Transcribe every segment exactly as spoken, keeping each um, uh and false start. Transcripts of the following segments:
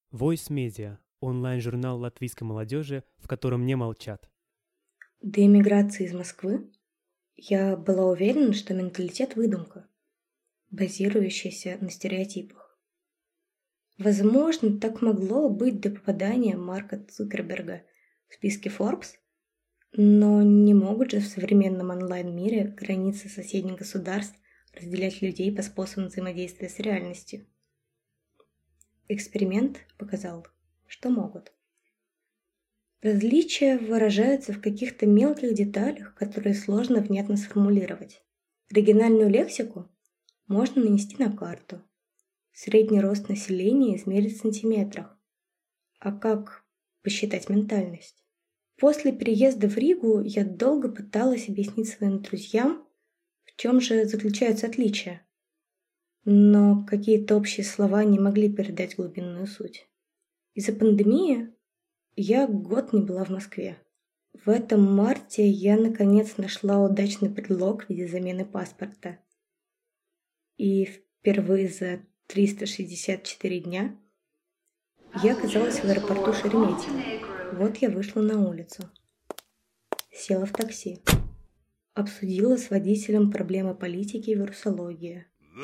Voice Media – онлайн-журнал латвийской молодежи, в котором не молчат. До эмиграции из Москвы я была уверена, что менталитет – выдумка, базирующаяся на стереотипах. Возможно, так могло быть до попадания Марка Цукерберга в списке Forbes, но не могут же в современном онлайн-мире границы соседних государств разделять людей по способам взаимодействия с реальностью. Эксперимент показал, что могут. Различия выражаются в каких-то мелких деталях, которые сложно внятно сформулировать. Региональную лексику можно нанести на карту. Средний рост населения измерить в сантиметрах. А как посчитать ментальность? После переезда в Ригу я долго пыталась объяснить своим друзьям, в чем же заключаются отличия. Но какие-то общие слова не могли передать глубинную суть. Из-за пандемии я год не была в Москве. В этом марте я наконец нашла удачный предлог в виде замены паспорта. И впервые за триста шестьдесят четыре дня я оказалась в аэропорту Шереметьево. Вот я вышла на улицу. Села в такси. Обсудила с водителем проблемы политики и вирусологии.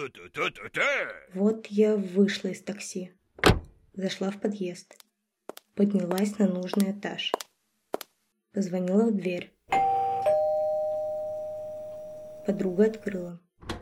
Вот я вышла из такси. Зашла в подъезд. Поднялась на нужный этаж. Позвонила в дверь. Подруга открыла.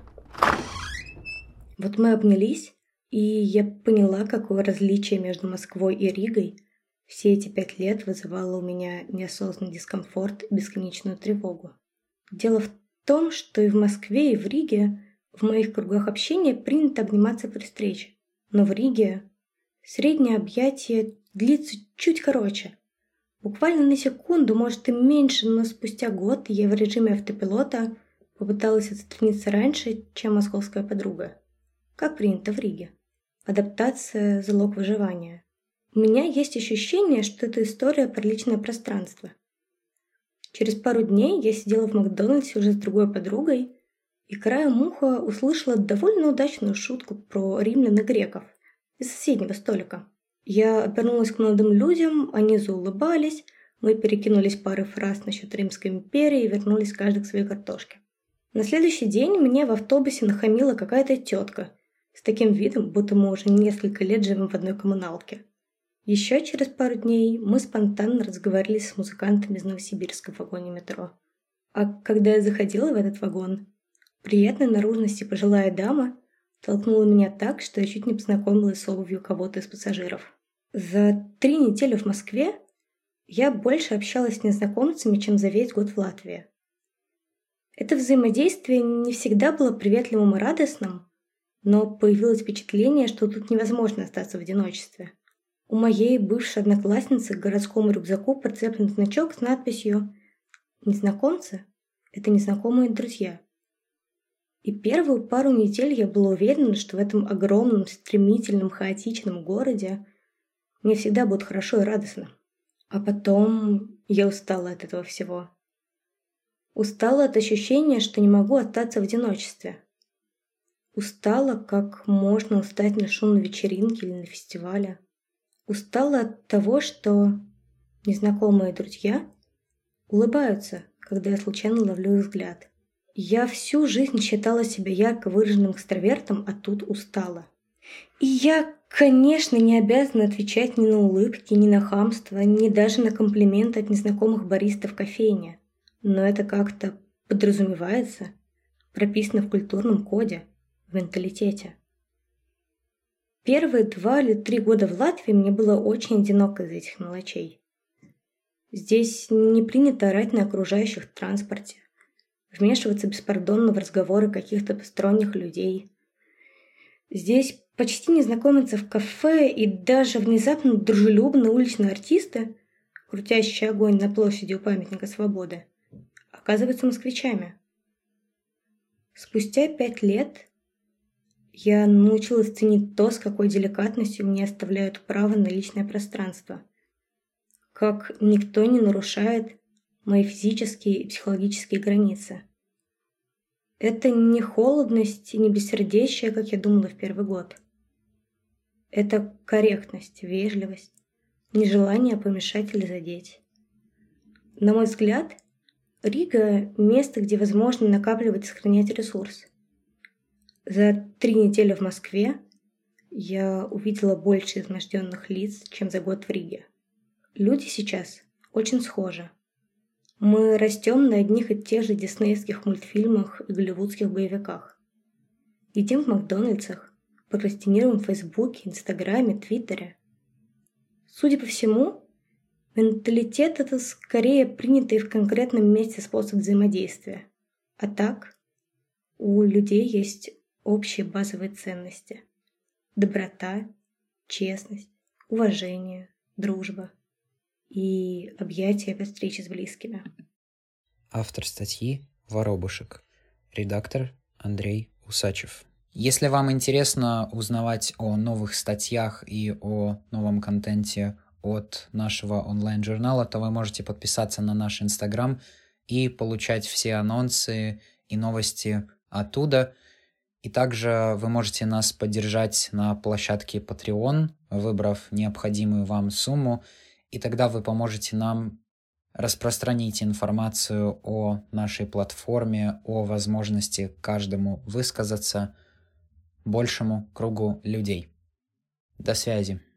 Вот мы обнялись, и я поняла, какое различие между Москвой и Ригой все эти пять лет вызывало у меня неосознанный дискомфорт и бесконечную тревогу. Дело в том, что и в Москве, и в Риге в моих кругах общения принято обниматься при встрече. Но в Риге среднее объятие длится чуть короче. Буквально на секунду, может и меньше, но спустя год я в режиме автопилота попыталась отстраниться раньше, чем московская подруга. Как принято в Риге. Адаптация – залог выживания. У меня есть ощущение, что это история про личное пространство. Через пару дней я сидела в Макдональдсе уже с другой подругой и краем уха услышала довольно удачную шутку про римлян и греков из соседнего столика. Я обернулась к молодым людям, они заулыбались, мы перекинулись парой фраз насчет Римской империи и вернулись каждый к своей картошке. На следующий день мне в автобусе нахамила какая-то тетка с таким видом, будто мы уже несколько лет живем в одной коммуналке. Еще через пару дней мы спонтанно разговаривали с музыкантами из Новосибирска в вагоне метро. А когда я заходила в этот вагон, приятной наружности пожилая дама толкнула меня так, что я чуть не познакомилась с обувью кого-то из пассажиров. За три недели в Москве я больше общалась с незнакомцами, чем за весь год в Латвии. Это взаимодействие не всегда было приветливым и радостным, но появилось впечатление, что тут невозможно остаться в одиночестве. У моей бывшей одноклассницы к городскому рюкзаку прицеплен значок с надписью «Незнакомцы – это незнакомые друзья». И первую пару недель я была уверена, что в этом огромном, стремительном, хаотичном городе мне всегда будет хорошо и радостно. А потом я устала от этого всего. Устала от ощущения, что не могу остаться в одиночестве. Устала, как можно устать на шумной вечеринке или на фестивале. Устала от того, что незнакомые друзья улыбаются, когда я случайно ловлю их взгляд. Я всю жизнь считала себя ярко выраженным экстравертом, а тут устала. И я, конечно, не обязана отвечать ни на улыбки, ни на хамство, ни даже на комплименты от незнакомых баристов в кофейне. Но это как-то подразумевается, прописано в культурном коде, в менталитете. Первые два или три года в Латвии мне было очень одиноко из-за этих мелочей. Здесь не принято орать на окружающих в транспорте, вмешиваться беспардонно в разговоры каких-то посторонних людей. Здесь почти не знакомятся в кафе, и даже внезапно дружелюбные уличные артисты, крутящие огонь на площади у памятника Свободы, оказываются москвичами. Спустя пять лет я научилась ценить то, с какой деликатностью мне оставляют право на личное пространство. Как никто не нарушает мои физические и психологические границы. Это не холодность и не бессердечие, как я думала в первый год. Это корректность, вежливость, нежелание помешать или задеть. На мой взгляд, Рига – место, где возможно накапливать и сохранять ресурс. За три недели в Москве я увидела больше изможденных лиц, чем за год в Риге. Люди сейчас очень схожи. Мы растем на одних и тех же диснеевских мультфильмах и голливудских боевиках. Едим в Макдональдсах, прокрастинируем в Фейсбуке, Инстаграме, Твиттере. Судя по всему, менталитет – это скорее принятый в конкретном месте способ взаимодействия. А так, у людей есть общие базовые ценности. Доброта, честность, уважение, дружба и объятия при встрече с близкими. Автор статьи Воробушек. Редактор Андрей Усачев. Если вам интересно узнавать о новых статьях и о новом контенте от нашего онлайн-журнала, то вы можете подписаться на наш Инстаграм и получать все анонсы и новости оттуда. И также вы можете нас поддержать на площадке Patreon, выбрав необходимую вам сумму, и тогда вы поможете нам распространить информацию о нашей платформе, о возможности каждому высказаться большему кругу людей. До связи.